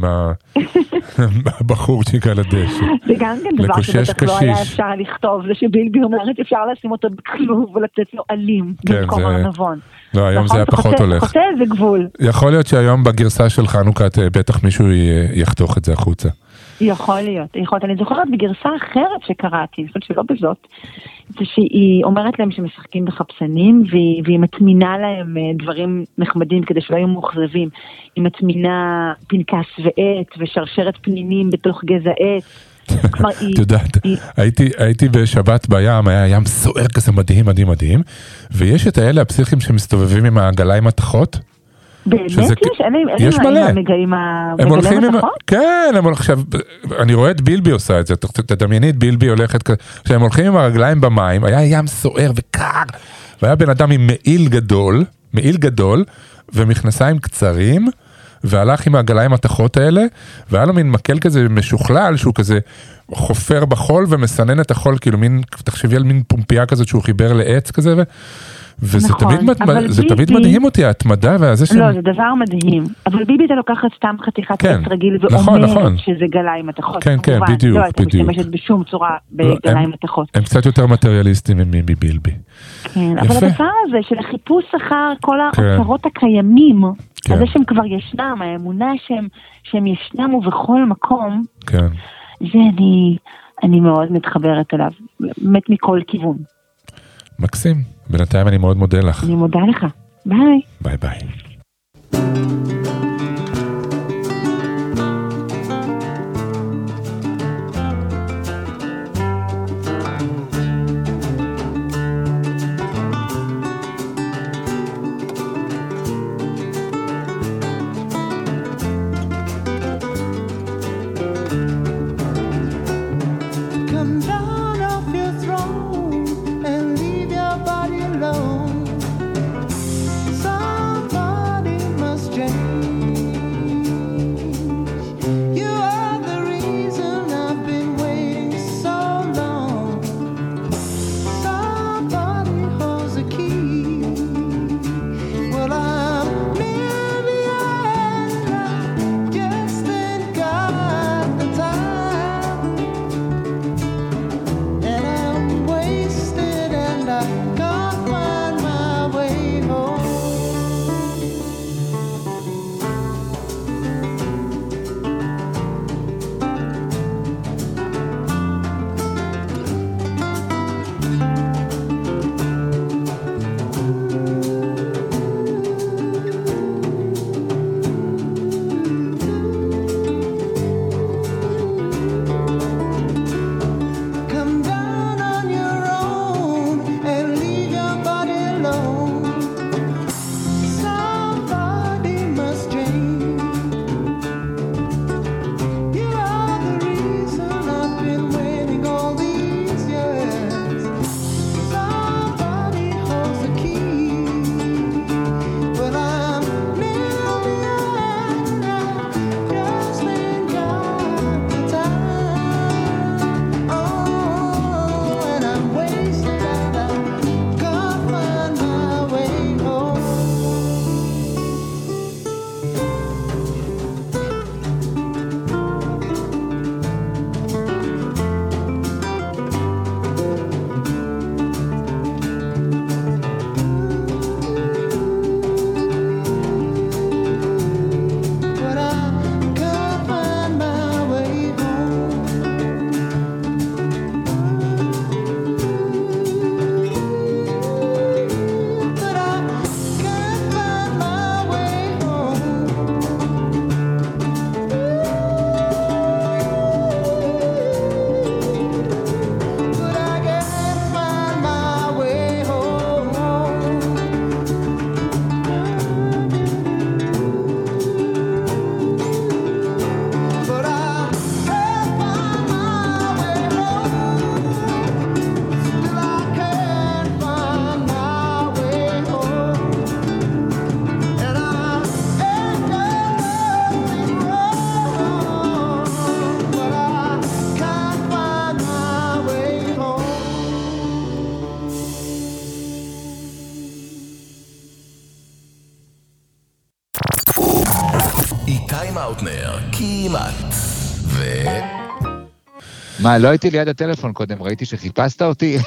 הבחורצ'יק על הדשא. זה גם כן דבר שבטח לא היה אפשר לכתוב, זה שבילבי אומרת אפשר לשים אותו בכלוב ולתת לו אלים במקום ארנבון. לא, היום זה היה פחות הולך. חוטא זה גבול. יכול להיות שהיום בגרסה של חנוכה בטח מישהו יחתוך את זה החוצה. יכול להיות. אני זוכרת בגרסה אחרת שקראתי, אני חושבת שלא בזאת, זה שהיא אומרת להם שמשחקים בחפסנים, והיא מתמינה להם דברים נחמדים כדי שלא יהיו מוחזבים. היא מתמינה פנקס ועט ושרשרת פנינים בתוך גזע עט. את יודעת, הייתי בשבת בים, היה ים סוער כזה מדהים, מדהים, מדהים, ויש את האלה הפסיכים שמסתובבים עם העגלה עם התחות. באמת יש מלא. הם הולכים עם התחות? כן, עכשיו, אני רואה את בילבי עושה את זה, תדמייני את בילבי הולכת כזה, כשהם הולכים עם הרגליים במים, היה ים סוער וקר, והיה בן אדם עם מעיל גדול, ומכנסיים קצרים, והלך עם העגליים התחות האלה, והיה לו מין מקל כזה משוכלל, שהוא כזה חופר בחול, ומסנן את החול, כאילו מין, תחשבי על מין פומפייה כזאת, שהוא חיבר לעץ כזה, וזה תמיד מדהים אותי, ההתמדה והזה לא, זה דבר מדהים. אבל ביבי אתה לוקחת סתם חתיכת עץ רגיל, ואומרת שזה גליים מתכות. כן, כן, בדיוק. לא, אתה משתמשת בשום צורה בגליים מתכות. הם קצת יותר מטריאליסטים מבילבי. כן, אבל הדבר הזה של החיפוש אחר כל האוצרות הקיימים, הזה שהם כבר ישנם, האמונה שהם ישנם ובכל מקום, זה אני מאוד מתחברת אליו, באמת מכל כיוון. מקסים, בינתיים אני מאוד מודה לך. אני מודה לך, ביי. ביי ביי. Someone איתי מאוטנר, כמעט. מה, לא הייתי ליד הטלפון קודם, ראיתי שחיפשת אותי.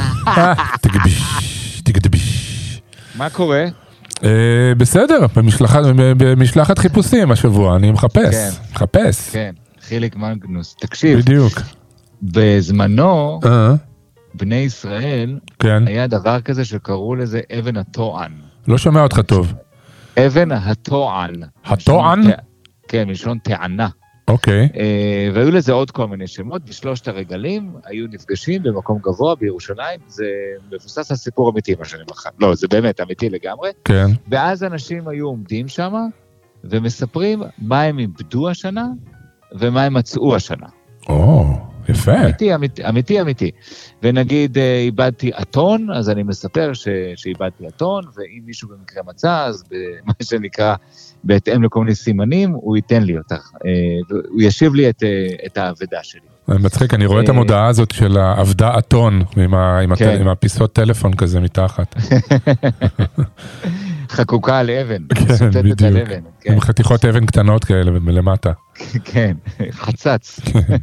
תגדביש. מה קורה? בסדר, במשלחת חיפושים השבוע, אני מחפש. כן, חיליק מנגנוס. תקשיב. בדיוק. בזמנו, בני ישראל, היה דבר כזה שקראו לזה אבן הטוען. לא שומע אותך טוב. אבן הטוען. הטוען? כן, מלשון טענה. אוקיי. והיו לזה עוד כל מיני שמות, בשלושת הרגלים היו נפגשים במקום גבוה בירושלים, זה מבוסס על סיפור אמיתי מה שאני מחר. לא, זה באמת אמיתי לגמרי. כן. ואז אנשים היו עומדים שם, ומספרים מה הם איבדו השנה, ומה הם מצאו השנה. יפה. אמיתי. ונגיד, איבדתי אתון, אז אני מספר שאיבדתי אתון, ואם מישהו במקרה מצא, אז במה שנקרא, בהתאם לכל מיני סימנים, הוא ייתן לי אותך. הוא ישיב לי את העבודה שלי. מצחיק, אני רואה את המודעה הזאת של העבדה אתון, עם הפיסות טלפון כזה מתחת. חקוקה על אבן. כן, בדיוק. עם חתיכות אבן קטנות כאלה מלמטה. כן, חצץ.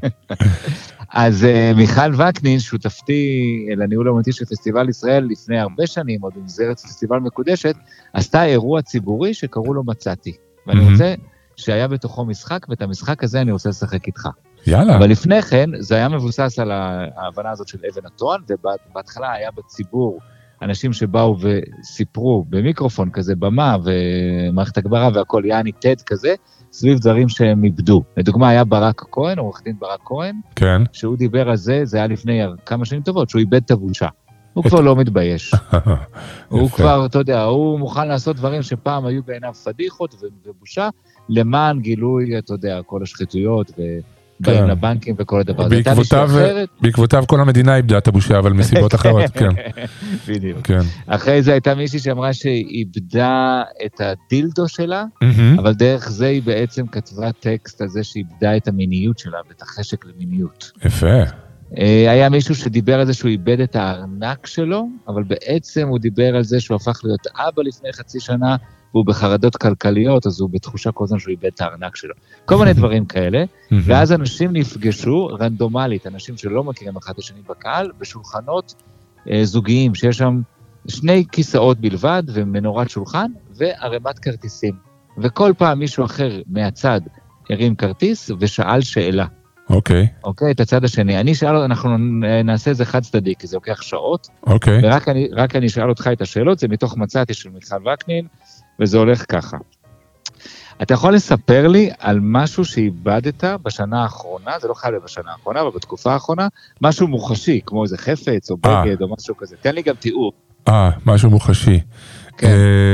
אז מיכל וקנין, שותפתי לניהול האומנותי של פסטיבל ישראל לפני הרבה שנים, עוד במסגרת פסטיבל מקודשת, עשתה אירוע ציבורי שקראו לו מצאתי. ואני רוצה שהיה בתוכו משחק, ואת המשחק הזה אני רוצה לשחק איתך. יאללה. אבל לפני כן, זה היה מבוסס על ההבנה הזאת של אבן הטוען, ובהתחלה היה בציבור אנשים שבאו וסיפרו במיקרופון כזה, במה ומערכת הגברה והכל, יעני טד כזה, סביב דברים שהם איבדו. לדוגמה, היה ברק כהן, עורך דין ברק כהן, כן. שהוא דיבר על זה, זה היה לפני כמה שנים טובות, שהוא איבד את הבושה. הוא כבר לא מתבייש. הוא כבר, אתה יודע, הוא מוכן לעשות דברים שפעם היו בעיניו פדיחות ובושה, למען גילוי, אתה יודע, כל השחיתויות באים לבנקים וכל הדבר. בעקבותיו כל המדינה איבדה את הבושה, אבל מסיבות אחרות, כן. בדיוק. אחרי זה הייתה מישהי שאמרה שהיא איבדה את הדילדו שלה, אבל דרך זה היא בעצם כתבה טקסט על זה שהיא איבדה את המיניות שלה, ואת החשק למיניות. יפה. היה מישהו שדיבר על זה שהוא איבד את הארנק שלו, אבל בעצם הוא דיבר על זה שהוא הפך להיות אבא לפני חצי שנה, והוא בחרדות כלכליות, אז הוא בתחושה כל הזמן שהוא איבד את הארנק שלו. כל מיני דברים כאלה, ואז אנשים נפגשו רנדומלית, אנשים שלא מכירים אחד השני בקהל, בשולחנות זוגיים, שיש שם 2 כיסאות בלבד, ומנורת שולחן, וערימת כרטיסים. וכל פעם מישהו אחר מהצד הרים כרטיס, ושאל שאלה. אוקיי. אוקיי, את הצד השני. אני שאל, אנחנו נעשה זה חד צדדי, כי זה לוקח שעות. אוקיי. ורק אני שאל אותך את השאלות, זה מתוך מצאתי של מיכל וקנין, וזה הולך ככה. אתה יכול לספר לי על משהו שאיבדת בשנה האחרונה, זה לא חייב בשנה האחרונה, אבל בתקופה האחרונה, משהו מוחשי, כמו איזה חפץ או בגד או משהו כזה. תן לי גם תיאור. משהו מוחשי. כן.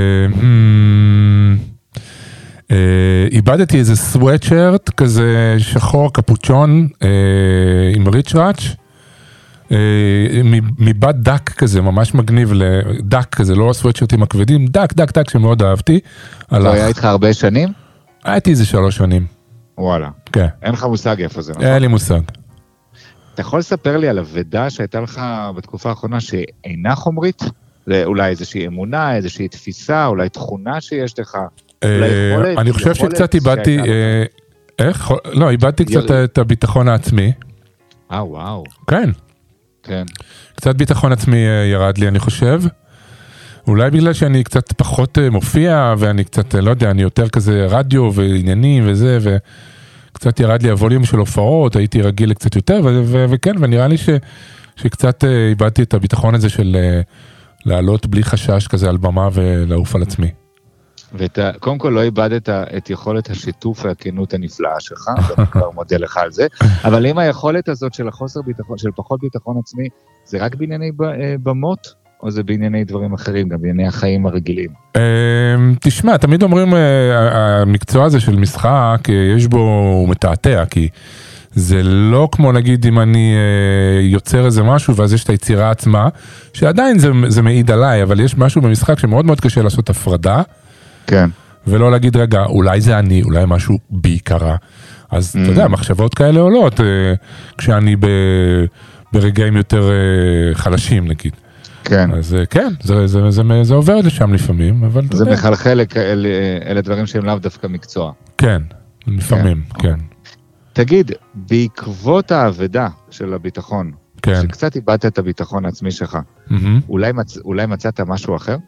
איבדתי איזה סוואטשרט כזה שחור קפוצ'ון עם ריצ'ראץ' מבד דק כזה, ממש מגניב לדק כזה, לא הסוואטשרטים הכבדים, דק שמאוד אהבתי. זה היה איתך הרבה שנים? הייתי איזה 3 שנים. וואלה. כן. אין לך מושג איפה זה, נכון? אין לי מושג. אתה יכול לספר לי על אבדה שהייתה לך בתקופה האחרונה שאינה חומרית? זה אולי איזושהי אמונה, איזושהי תפיסה, אולי תכונה שיש לך? אני חושב שקצת איבדתי, איך? לא, איבדתי קצת את הביטחון העצמי. וואו. כן. כן. קצת ביטחון עצמי ירד לי, אני חושב. אולי בגלל שאני קצת פחות מופיע, ואני קצת, לא יודע, אני יותר כזה רדיו ועניינים וזה, וקצת ירד לי הווליום של הופעות, הייתי רגיל קצת יותר, וכן, ונראה לי שקצת איבדתי את הביטחון הזה של לעלות בלי חשש כזה על במה ולעוף על עצמי. קודם כל לא איבדת את יכולת השיתוף והכנות הנפלאה שלך, ואני כבר מודה לך על זה, אבל אם היכולת הזאת של החוסר ביטחון, של פחות ביטחון עצמי, זה רק בענייני במות, או זה בענייני דברים אחרים, גם בענייני החיים הרגילים? תשמע, תמיד אומרים, המקצוע הזה של משחק, יש בו, הוא מתעתע, כי זה לא כמו נגיד אם אני יוצר איזה משהו, ואז יש את היצירה עצמה, שעדיין זה מעיד עליי, אבל יש משהו במשחק שמאוד מאוד קשה לעשות הפרדה, כן. ולא להגיד, רגע, אולי זה אני, אולי משהו בי קרה. אז אתה יודע, מחשבות כאלה עולות, כשאני ברגעים יותר חלשים, נגיד. כן. אז כן, זה עובר לשם לפעמים, אבל זה מחלחל, אלה דברים שהם לאו דווקא מקצוע. כן, לפעמים, כן. תגיד, בעקבות העבודה של הביטחון, כן. שקצת איבדת את הביטחון העצמי שלך, אולי מצאת משהו אחר?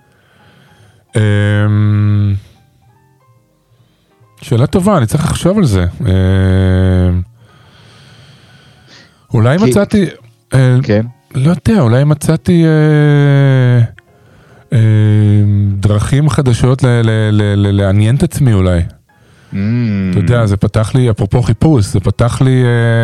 שאלה טובה, אני צריך לחשוב על זה. אולי מצאתי... כן. לא יודע, אולי מצאתי דרכים חדשות לעניין את עצמי אולי. אתה יודע, זה פתח לי, אפרופו חיפוש, זה פתח לי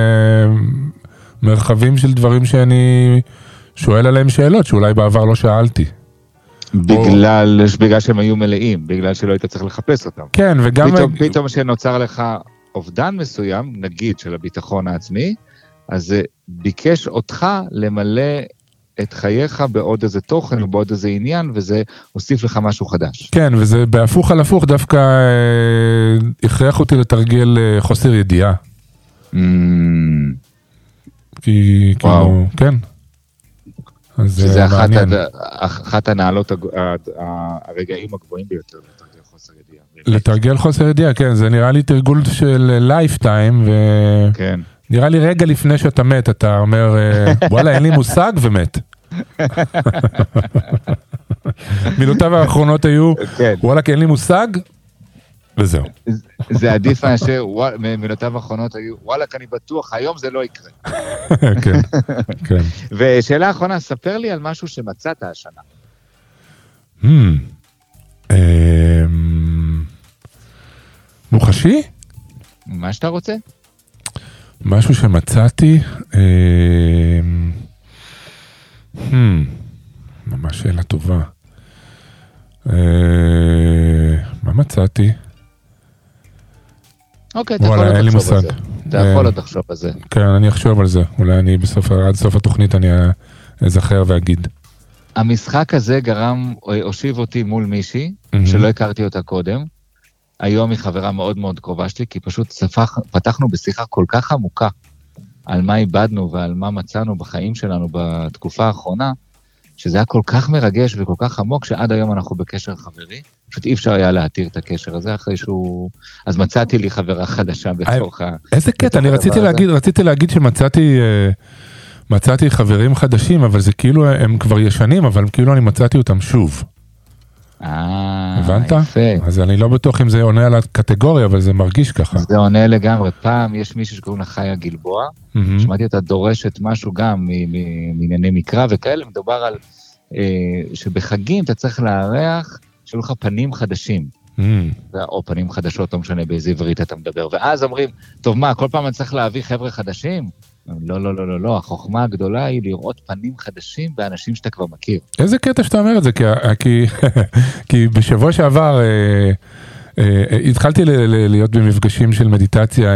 מרחבים של דברים שאני שואל עליהם שאלות, שאולי בעבר לא שאלתי. בגלל שהם היו מלאים, בגלל שלא היית צריך לחפש אותם. כן, וגם... פתאום שנוצר לך אובדן מסוים, נגיד של הביטחון העצמי, אז זה ביקש אותך למלא את חייך בעוד איזה תוכן, בעוד איזה עניין, וזה הוסיף לך משהו חדש. כן, וזה בהפוך על הפוך דווקא הכרח אותי לתרגל חוסר ידיעה. כי, כאילו, כן. שזה אחת הנעלות, הרגעים הגבוהים ביותר לתרגל חוסר ידיעה. לתרגל חוסר ידיעה, כן, זה נראה לי תרגול של לייפטיים, כן. נראה לי רגע לפני שאתה מת, אתה אומר, וואלה, אין לי מושג ומת. מילותיו האחרונות היו, וואלה, כי אין לי מושג, וזהו. זה עדיף מאשר, מילותיו האחרונות היו, וואלה, כי אני בטוח, היום זה לא יקרה. כן, כן. ושאלה האחרונה, ספר לי על משהו שמצאת השנה. מוחשי? מה שאתה רוצה? משהו שמצאתי, ממש שאלה טובה. מה מצאתי? אוקיי, אתה יכול עוד לחשוב על זה. אתה יכול עוד לחשוב על זה. כן, אני אחשוב על זה. אולי אני עד סוף התוכנית אני אזכר ואגיד. המשחק הזה הושיב אותי מול מישהי, שלא הכרתי אותה קודם. היום היא חברה מאוד מאוד קרובה שלי, כי פשוט פתחנו בשיחה כל כך עמוקה על מה איבדנו ועל מה מצאנו בחיים שלנו בתקופה האחרונה, שזה היה כל כך מרגש וכל כך עמוק, שעד היום אנחנו בקשר חברי. פשוט אי אפשר היה להתיר את הקשר הזה אחרי שהוא... אז מצאתי לי חברה חדשה בתוך ה... איזה קטע, אני רציתי להגיד שמצאתי חברים חדשים, אבל זה כאילו הם כבר ישנים, אבל כאילו אני מצאתי אותם שוב. הבנת? יפה. אז אני לא בטוח אם זה עונה על הקטגוריה, אבל זה מרגיש ככה. זה עונה לגמרי. פעם יש מישהו שקוראים לה חיה גלבוע, שמעתי אותה דורשת משהו גם מענייני מקרא וכאלה, מדובר על שבחגים אתה צריך לארח שיהיו לך פנים חדשים, או פנים חדשות, לא משנה באיזה עברית אתה מדבר, ואז אומרים, טוב מה, כל פעם אני צריך להביא חבר'ה חדשים? לא, החוכמה הגדולה היא לראות פנים חדשים באנשים שאתה כבר מכיר. איזה קטע שאתה אומר את זה, כי בשבוע שעבר התחלתי להיות במפגשים של מדיטציה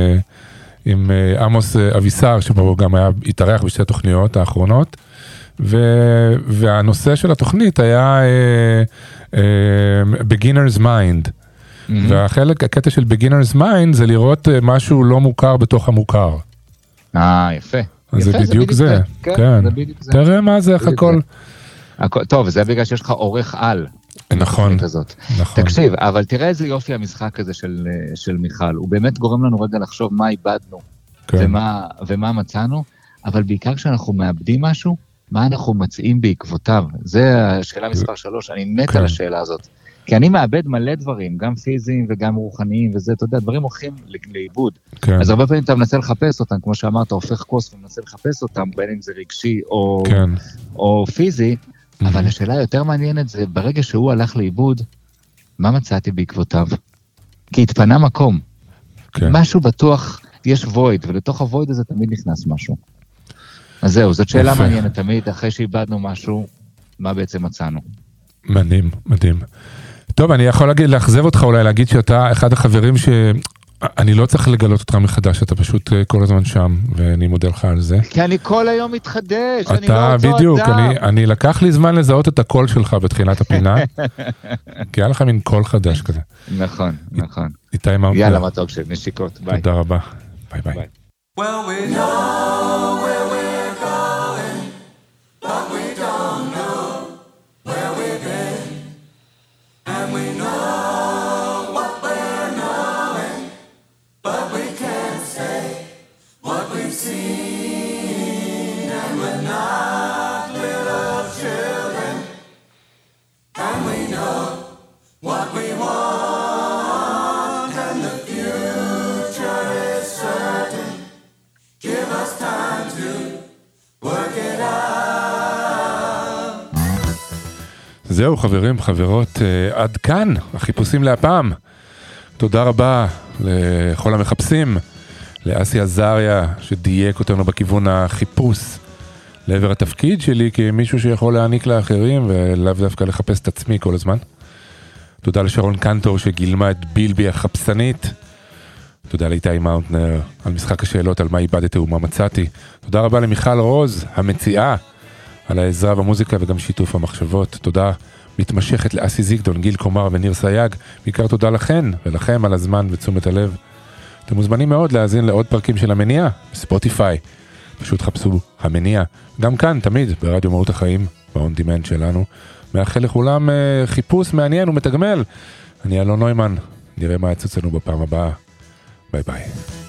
עם עמוס אבישר, שבו גם התארח בשתי התוכניות האחרונות, והנושא של התוכנית היה beginner's mind, הקטע של beginner's mind זה לראות משהו לא מוכר בתוך המוכר. יפה. אז זה בדיוק זה. כן. תראה מה זה, איך הכל. טוב, זה בגלל שיש לך עורך על. נכון. תקשיב, אבל תראה איזה יופי המשחק הזה של מיכל. הוא באמת גורם לנו רגע לחשוב מה איבדנו, ומה מצאנו, אבל בעיקר כשאנחנו מאבדים משהו, מה אנחנו מצאים בעקבותיו. זה השאלה מספר 3, אני מת על השאלה הזאת. כי אני מאבד מלא דברים, גם פיזיים וגם רוחניים, וזה, אתה יודע, דברים הולכים לאיבוד. כן. אז הרבה פעמים אתה מנסה לחפש אותם, כמו שאמרת, הופך כוס ומנסה לחפש אותם, בין אם זה רגשי או פיזי, אבל השאלה היותר מעניינת זה, ברגע שהוא הלך לאיבוד, מה מצאתי בעקבותיו? כי התפנה מקום. כן. משהו בטוח, יש וויד, ולתוך הוויד הזה תמיד נכנס משהו. אז זהו, זאת שאלה מעניינת תמיד, אחרי שאיבדנו משהו, מה בעצם מצאנו? מדהים, מדהים. טוב, אני יכול לאכזב אותך אולי, להגיד שאתה אחד החברים שאני לא צריך לגלות אותך מחדש, אתה פשוט כל הזמן שם, ואני מודה לך על זה. כי אני כל היום מתחדש, אני לא אותו בדיוק, אני לקח לי זמן לזהות את הקול שלך בתחילת הפינה, כי היה לך מין קול חדש כזה. נכון, נכון. איתי מאונטר. יאללה, מתוק של נשיקות, ביי. תודה רבה, ביי ביי. Well, we know where we're going, but we don't know where we've been. And we know what we're knowing זהו חברים, חברות, עד כאן החיפושים להפעם. תודה רבה לכל המחפשים, לאסי עזריה שדייק אותנו בכיוון החיפוש לעבר התפקיד שלי כמישהו שיכול להעניק לאחרים ולאו דווקא לחפש את עצמי כל הזמן. תודה לשרון קנטור שגילמה את בילבי החפשנית. תודה לאיתי מאונטנר על משחק השאלות על מה איבדתי ומה מצאתי. תודה רבה למיכל רוז המציעה על העזרה במוזיקה וגם שיתוף המחשבות. תודה מתמשכת לאסי זיגדון, גיל קומר וניר סייג. בעיקר תודה לכן ולכם על הזמן ותשומת הלב. אתם מוזמנים מאוד להאזין לעוד פרקים של המניע בספוטיפיי. פשוט חפשו המניע. גם כאן תמיד ברדיו מהות החיים, באון דימנד שלנו. מאחל לכולם חיפוש מעניין ומתגמל. אני אלון נוימן, נראה מה יצוצנו בפעם הבאה. ביי ביי.